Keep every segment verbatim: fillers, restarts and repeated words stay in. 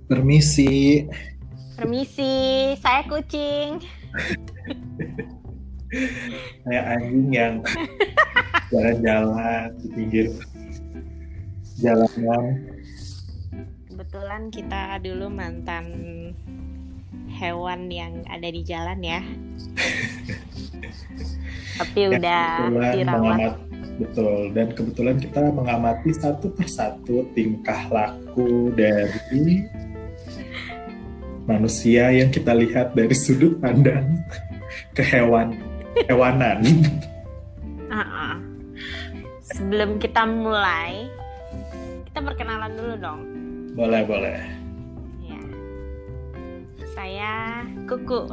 Permisi, Permisi, saya kucing. saya anjing yang jalan-jalan di pinggir jalanan. Kebetulan kita dulu mantan hewan yang ada di jalan ya. Tapi Dan udah kebetulan dirawat. mengamat betul dan kebetulan kita mengamati satu persatu tingkah laku dari manusia yang kita lihat dari sudut pandang ke hewan hewanan. Uh-uh. Sebelum kita mulai, kita perkenalan dulu dong. Boleh, boleh. Ya. Saya Kuku.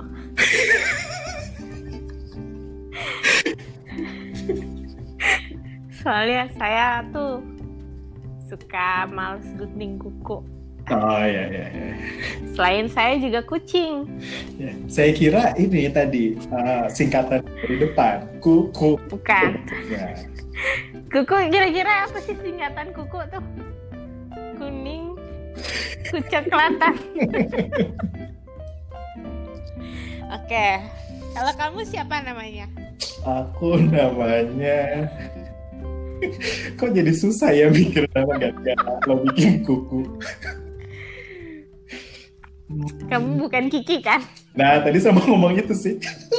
Soalnya saya tuh suka males gunting kuku. Oh ya, ya, ya. Selain saya juga kucing. Ya, saya kira ini tadi uh, singkatan dari depan, kuku. Bukan. Ya. Kuku kira-kira apa sih singkatan kuku tuh? Kuning, kecoklatan. Oke, kalau kamu siapa namanya? Aku namanya. Kok jadi susah ya mikir nama gara-gara lo bikin kuku. Kamu bukan Kiki kan? Nah, tadi sama ngomong itu sih.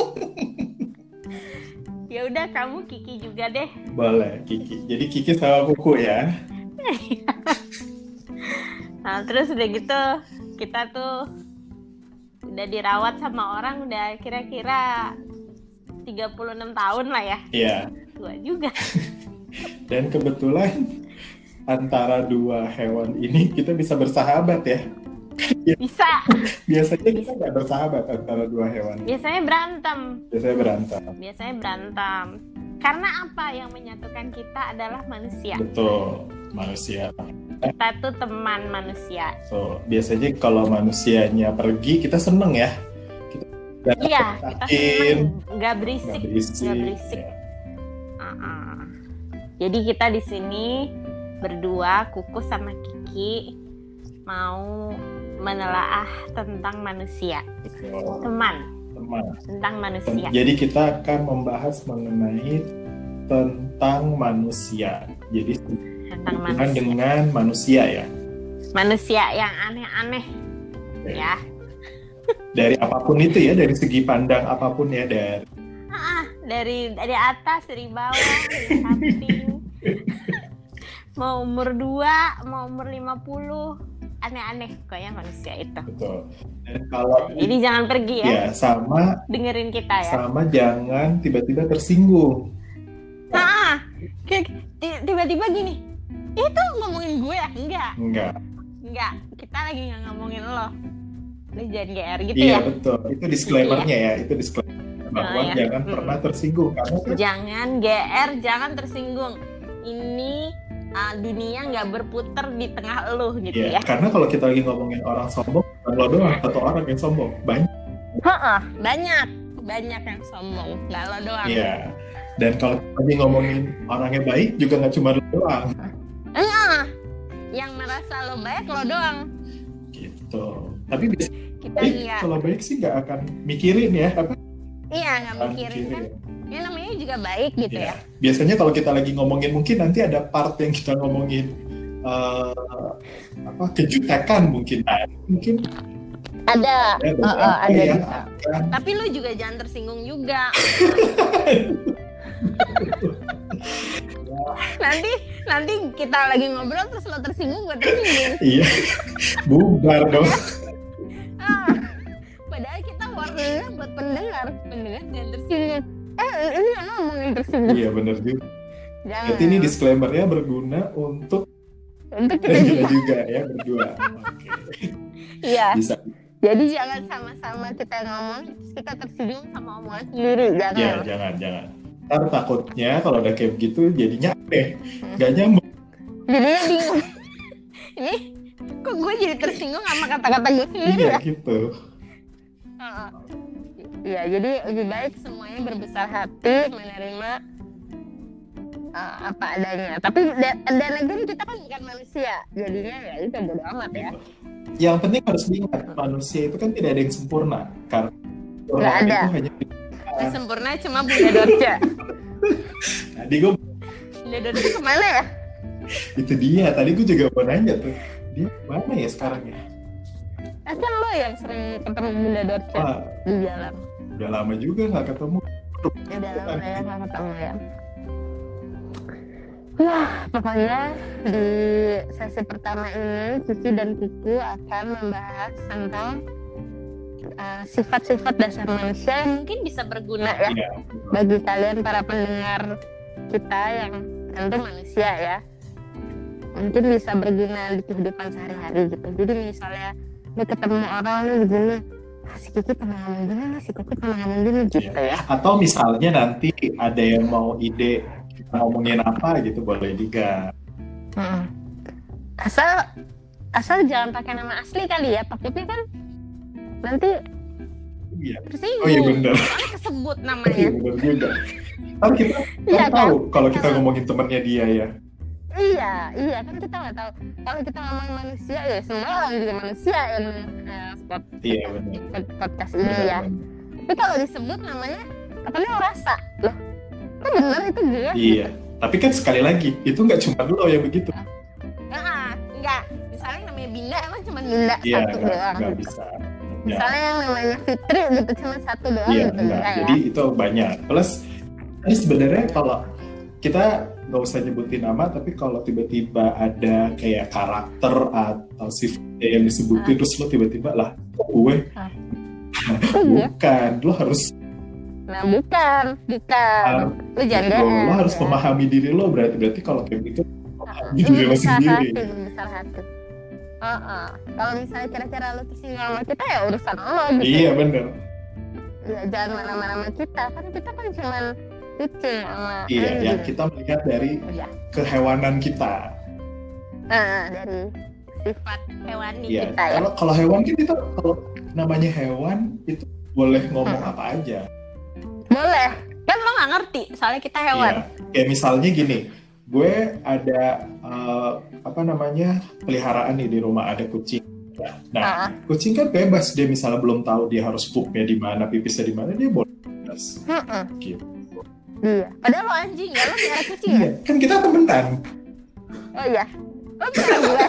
Ya udah, kamu Kiki juga deh. Boleh, Kiki. Jadi Kiki sama kuku ya. Nah, terus udah gitu kita tuh udah dirawat sama orang udah kira-kira tiga puluh enam tahun lah ya. Iya. Tua juga. Dan kebetulan antara dua hewan ini kita bisa bersahabat ya. Bisa. Biasanya kita nggak bersahabat antara dua hewan. Biasanya berantem. Biasanya berantem. Biasanya berantem. Karena apa yang menyatukan kita adalah manusia. Betul, manusia. Kita tuh teman manusia. So, biasanya kalau manusianya pergi kita seneng ya. Kita iya, kita seneng. Nggak berisik. Nggak berisik. Nggak berisik. Ya. Uh-uh. Jadi kita di sini berdua, Kuku sama Kiki, mau menelaah tentang manusia. Betul. Teman. Teman. Tentang manusia. Jadi kita akan membahas mengenai tentang manusia. Jadi tentang hubungan manusia. dengan manusia ya. Manusia yang aneh-aneh. Oke. Ya. Dari apapun itu ya, dari segi pandang apapun ya, dari Ah, dari dari atas, dari bawah, dari samping. Mau umur dua, mau umur lima puluh, aneh-aneh pokoknya manusia itu. betul. Dan kalau Jadi jangan pergi ya. ya sama Dengerin kita ya. sama jangan tiba-tiba tersinggung. Ah, kayak tiba-tiba gini. Itu ngomongin gue ya? Enggak. Enggak. Enggak. Kita lagi nggak ngomongin lo. Lo jangan G R gitu Iya, ya. betul. Itu disclaimer-nya ya, itu disclaimer bahwa Oh, ya. jangan Mm-mm. pernah tersinggung karena kan Jangan G R, jangan tersinggung. Ini uh, dunia nggak berputar di tengah lo gitu ya, ya. karena kalau kita lagi ngomongin orang sombong, bukan lo doang, satu orang yang sombong, banyak. Heeh, banyak, banyak yang sombong, nggak lo doang. Iya. Dan kalau kita lagi ngomongin orangnya baik juga nggak cuma lo doang. Enggak, yang merasa lo baik lo doang. Gitu. Tapi biasanya Kita baik, enggak. kalau baik sih nggak akan mikirin ya, apa? Iya, nggak Akan mikirin kan. Ya namanya juga baik gitu Ya. ya. Biasanya kalau kita lagi ngomongin mungkin nanti ada part yang kita ngomongin uh, apa kejutekan mungkin, nah, mungkin Ada, ya, uh, uh, ada ya, juga. akan. Tapi lo juga jangan tersinggung juga. nanti, nanti kita lagi ngobrol terus lo tersinggung, gue tersinggung. Iya, bubar dong. Ah, padahal kita warnanya buat pendengar, pendengar jangan tersinggung. Eh, ini lo ngomongin tersinggung. Iya, benar juga. Jangan. Berarti ini disclaimer-nya berguna untuk Untuk kita kita juga. juga ya berdua. Oke. Iya. Bisa. Jadi jangan sama-sama kita ngomong terus kita tersinggung sama omongan sendiri, jangan. Ya, jangan, jangan. Ntar takutnya kalau udah kayak begitu jadinya aneh, nggak nyambung. Jadinya bingung. Ini kok gue jadi tersinggung sama kata-kata gue sendiri Iya ya? gitu. Uh-uh. Ya, jadi lebih baik semuanya berbesar hati menerima uh, apa adanya. Tapi dan lagi kita kan bukan manusia, jadinya ya itu bodo amat ya. Yang penting harus diingat, manusia itu kan tidak ada yang sempurna, karena nggak ada. Itu hanya yang sempurna cuma Bunda Dorce. Tadi gue Bunda Dorce kemana ya? Itu dia, tadi gue juga mau nanya tuh, dia mana ya sekarang ya? Kan lo yang sering ketemu Bunda Dorce ah, di jalan. Udah lama juga nggak ketemu. Udah lama ya nggak ketemu ya. Nah, pokoknya di sesi pertama ini Cici dan Kuku akan membahas tentang uh, sifat-sifat dasar manusia yang mungkin bisa berguna ya, ya bagi kalian para pendengar kita yang tentu manusia ya. Mungkin bisa berguna di kehidupan sehari-hari gitu. Jadi misalnya lu ketemu orang lu begini, ah, si Kiki pernah ngomong gini, si Kiki pernah ngomong gini gitu ya. Atau misalnya nanti ada yang mau ide kita ngomongin apa gitu, boleh juga. Hmm. Asal asal jangan pakai nama asli kali ya, takutnya kan nanti iya. tersinggung. Oh iya benar. Soalnya kesebut namanya. Iya benar juga. Tapi kita iya, kan tahu kalau kita kan ngomongin temannya dia ya. Iya, iya kan kita nggak tahu. Kalau kita ngomongin manusia ya semua orang juga manusia yang eh, spot, iya, benar. podcast ini benar, ya. Benar. Tapi kalau disebut namanya, katanya ngerasa loh. Kan benar itu gue. Iya. Tapi kan sekali lagi itu nggak cuma lo yang begitu. Nah, nggak. Misalnya namanya Binda emang cuma Binda iya, satu enggak, doang. Nggak gitu. bisa. Misalnya ya. Yang namanya Fitri gitu cuma satu doang iya, gitu. Enggak. Enggak, jadi ya? itu banyak. Plus ini sebenarnya kalau kita nggak usah nyebutin nama, tapi kalau tiba-tiba ada kayak karakter atau sifatnya yang disebutin, ah. terus lo tiba-tiba lah, kok gue? Ah. Bukan, lo harus. Nah bukan, bukan. Uh, lo jangan. Lo, lo harus ya. Memahami diri lo, berarti berarti kalau kayak gitu, memahami uh, diri lo sendiri. Hati, besar hati. Uh-uh. Kalau misalnya kira-kira lo tersinggung sama kita ya urusan lo. Gitu. Iya benar. Ya jangan mana-mana sama kita, kan kita kan cuman kucing sama iya, yang kita melihat dari ya. Kehewanan kita. Uh, dari sifat hewani iya. kita ya. Kalau kalau hewan kan kita kalau namanya hewan itu boleh ngomong hmm. apa aja. Boleh. Kan lo nggak ngerti, soalnya kita hewan. Iya. Kayak misalnya gini, gue ada uh, apa namanya peliharaan nih di rumah, ada kucing. Nah, uh-huh. kucing kan bebas, dia misalnya belum tahu dia harus poopnya di mana, pipisnya di mana, dia boleh bebas. Uh-uh. Gitu. Iya. Padahal lo anjing ya, lo piara kucing iya. ya? Kan kita temenan. Oh iya. Lo piara gue.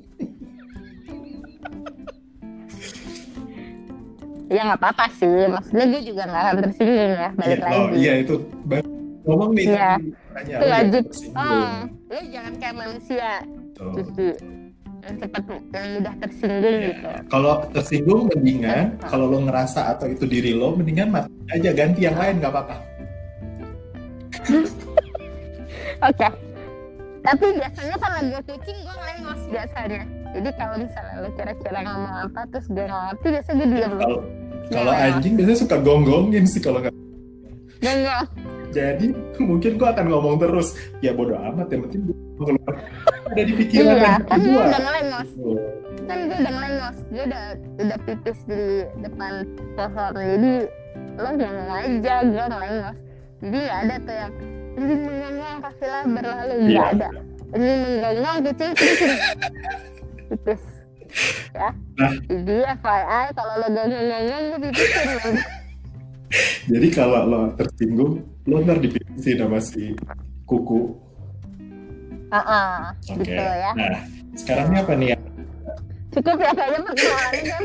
Ya nggak apa-apa sih, maksudnya gue juga nggak akan tersinggung ya, balik iya, lagi. Oh iya itu, ngomong nih. Iya. Tanya, itu wajib. Oh, lo jangan kayak manusia. Oh. Jadi yang cepat, yang mudah tersinggung yeah. gitu. Kalau tersinggung mendingan, uh-huh. kalau lo ngerasa atau itu diri lo, mendingan mati aja, ganti yang lain nggak apa-apa. Oke. Okay. Tapi biasanya kalau gue kucing gue ngelengos biasanya. Jadi kalau misalnya lo kira-kira ngomong apa terus gue ngerti, biasanya gue diam. Kalau kalau anjing biasanya suka gonggongin sih kalau nggak. Gonggong. Jadi mungkin gue akan ngomong terus. Ya bodo amat, yang penting gue keluar. Ada di pikiran iya, kan gue udah ngelengos. Oh. Kan gue udah ngelengos. Gue udah udah pipis di depan pohon. Jadi lo ngomong aja, gue ngelengos. Jadi nggak ada tuh yang ini mengonggong kafilah berlalu, nggak yeah. ada. Ini mengonggong kucing terus pipis, ya. Nah. Jadi F Y I kalau lo gonggong-gonggong lo pipisin. Jadi kalau lo tersinggung, lo ntar dipipisin sama si kuku. Ah, uh-uh, okay. gitu ya. Nah, sekarang ini apa nih ya? Cukup ya kayaknya perkenalannya kan.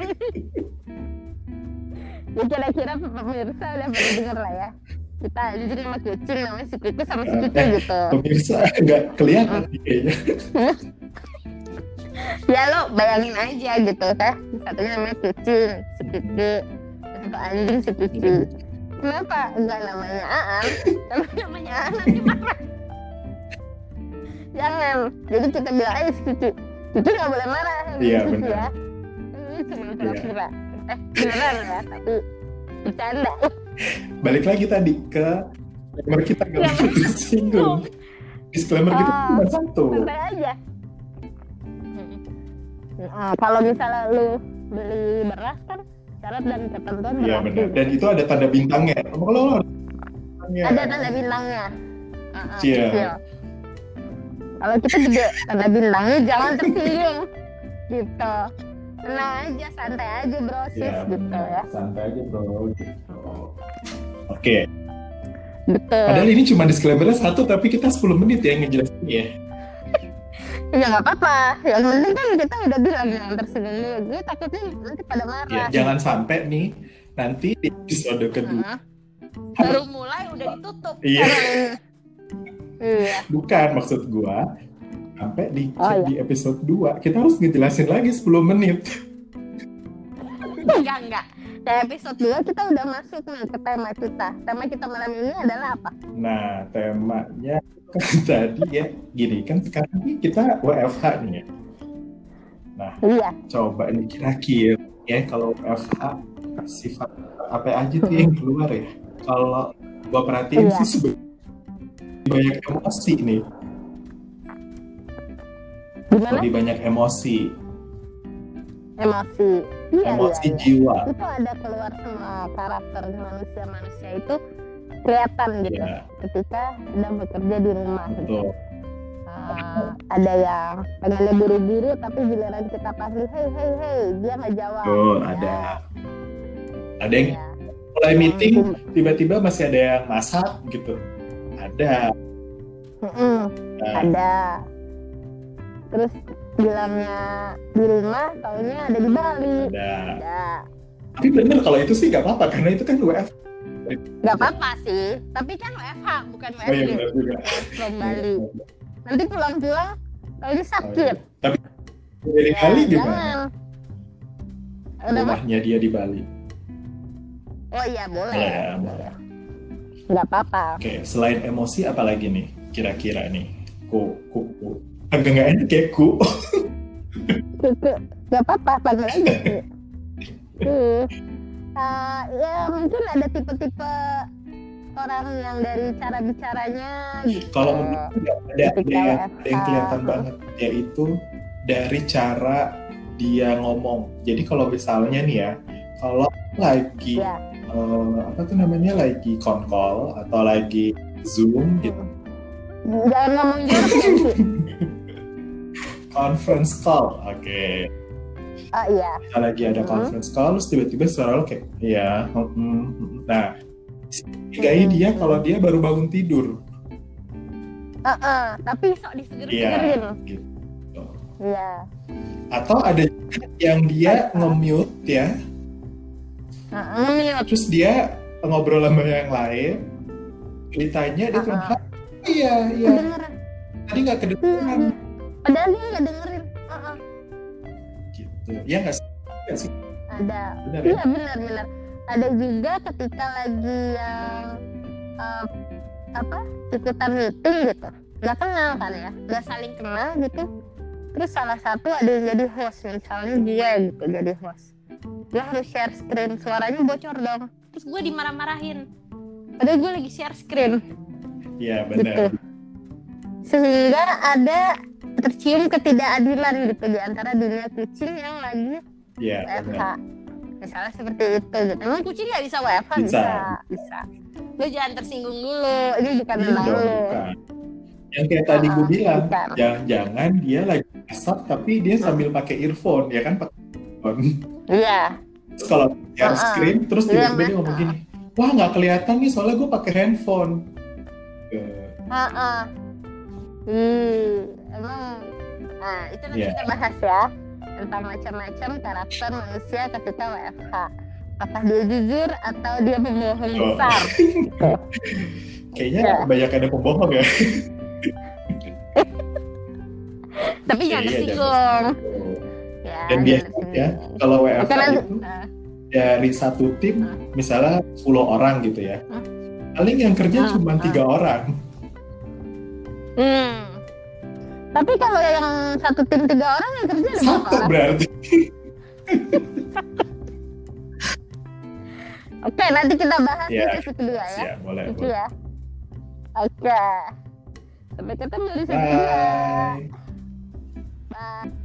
Ya kira-kira pemirsa udah pernah denger lah ya. Kita jadi sama kucing namanya si Kuku sama si Kuku eh, gitu. Pemirsa nggak kelihatan hmm. kayaknya. Ya lo bayangin aja gitu kan. Satunya namanya kucing, si Kuku. Satu anjing si Kuku. Kenapa enggak namanya Aan? Kalau namanya Aan nanti marah. Jangan. Jadi kita bilang aja si Kuku. Kuku nggak boleh marah. Iya benar. Ya. Ini cuma pura-pura. Eh beneran ya, tapi bercanda. Balik lagi tadi ke disclaimer kita nggak boleh tersinggung. Disclaimer kita oh, cuma satu. Santai aja. Nah, kalau misalnya lu beli beras kan syarat dan ketentuan berlaku. Iya benar. Dan itu ada tanda bintangnya. Kalau lo ada tanda bintangnya. uh, Iya. kecil. Kalau kita gede tanda bintangnya jangan tersinggung gitu. Tenang aja, santai aja bro sis Ya, gitu benar. ya. Santai aja bro. Gitu. Oke. Betul. Padahal ini cuma disclaimer satu, tapi kita sepuluh menit ya ngejelasin ya. Ya nggak apa-apa. Yang penting kan kita udah bilang jangan tersinggung dulu. Gue takutnya nanti pada marah. Ya, jangan sampai nih nanti di episode kedua. Heeh. Baru mulai udah ditutup. Iya. Iya. Bukan maksud gua sampai di, Oh, iya. di episode dua kita harus ngejelasin lagi sepuluh menit. Enggak, enggak. Di episode dua kita udah masuk nih ke tema kita. Tema kita malam ini adalah apa? Nah, temanya kan tadi ya gini kan sekarang ini kita W F H nih ya. Nah, Iya. coba nih kira-kira ya kalau W F H sifat apa aja tuh yang keluar ya. Kalau gua perhatiin Iya. sih sebenarnya banyak emosi nih. Gimana? Lebih banyak emosi, Emosi. Iya, emosi iya, iya. jiwa. Itu ada keluar semua karakter manusia-manusia itu kelihatan gitu Ya, ketika sedang bekerja di rumah gitu. betul. Uh, ada yang pengennya buru-buru tapi giliran kita panggil hey hey hey dia nggak jawab. Betul, Ya, ada. Ada yang ya. mulai meeting tiba-tiba masih ada yang masak gitu. Ada. Mm-mm, Nah, ada. Terus bilangnya di rumah taunya ada di Bali. ada. Ada. Tapi bener kalau itu sih nggak apa-apa karena itu kan W F H. Nggak apa-apa sih, tapi kan W F H bukan Oh iya W F H benar juga. from Bali. Nanti pulang-pulang taunya sakit. Tapi dari Ya, Bali gimana? jangan. Kenapa? Rumahnya dia di Bali. Oh iya boleh. Boleh ya, boleh. Nggak apa-apa. Oke, selain emosi apa lagi nih? Kira-kira nih. Ku, ku, ku. Agak nggak enak ya, ku. Kuku. Nggak apa-apa, panggil aja sih. Hmm. Uh, ya mungkin ada tipe-tipe orang yang dari cara bicaranya gitu. Kalau menurut gue ada, ada, Ketika yang, W F H. ada yang kelihatan banget, yaitu dari cara dia ngomong. Jadi kalau misalnya nih ya, kalau lagi Ya. eh, apa tuh namanya lagi con call atau lagi zoom gitu, Jangan ngomong jorok nanti. conference call, oke. Oh iya. Kita lagi ada Mhm. conference call, terus tiba-tiba suara lo kayak, ya, mm, mm." Nah, kayaknya dia kalau dia baru bangun tidur, Uh-uh. Tapi sok iya, diseger-segerin. gitu. Iya. Atau ada juga yang dia nge-mute ya, Uh-uh. Mute. terus dia ngobrol sama yang lain, ditanya dia bilang, Uh-uh. "Hah, iya, iya, Kedengeran. tadi nggak kedengeran, Hmm. Padahal dia nggak dengerin. Uh-uh. gitu. Ya nggak sih? Nggak sih? Ada. Benar ya? Iya benar-benar. Ada juga ketika lagi yang uh, apa ikutan meeting gitu, nggak kenal kan ya, nggak saling kenal gitu. Terus salah satu ada yang jadi host, misalnya gue gitu jadi host. Gue harus share screen, suaranya bocor dong. Terus gue dimarah-marahin. Padahal gue lagi share screen. Iya, Gitu. benar. Sehingga ada tercium ketidakadilan gitu di antara dunia kucing yang lagi Iya, W F H. benar. Misalnya seperti itu gitu. Emang kucing nggak bisa W F H? Bisa. Bisa. Bisa. Lo jangan tersinggung dulu. Ini bukan Iya tentang dong, lo. bukan. Yang kayak tadi gue Ah, bilang, bukan. jangan-jangan dia lagi masak tapi dia sambil pakai earphone, ya kan pakai earphone. Iya. Terus kalau share Ah, screen, terus iya, tiba-tiba dia Mas. ngomong gini, wah nggak kelihatan nih soalnya gue pakai handphone. Eh, Heeh. Hmm, emang. Nah, itu nanti Iya. kita bahas ya tentang macam-macam karakter manusia ketika W F H. Apakah dia jujur atau dia pembohong Oh. besar? Kayaknya Ya. banyak ada pembohong ya. Tapi jangan Iya, tersinggung. tersinggung. Ya, Dan jangan biasanya tersinggung. kalau W F Oke, H nanti. itu Nah, dari satu tim, misalnya sepuluh orang gitu ya. Hah? Paling yang kerja Ah, cuma ah. tiga orang. Hmm. Tapi kalau yang satu tim tiga orang yang kerja ada berapa Satu orang? berarti. Oke, nanti kita bahas Ya, di sesi kedua ya. Siap, boleh. Itu boleh. ya. Oke. Sampai ketemu di sesi kedua. Bye. Bye.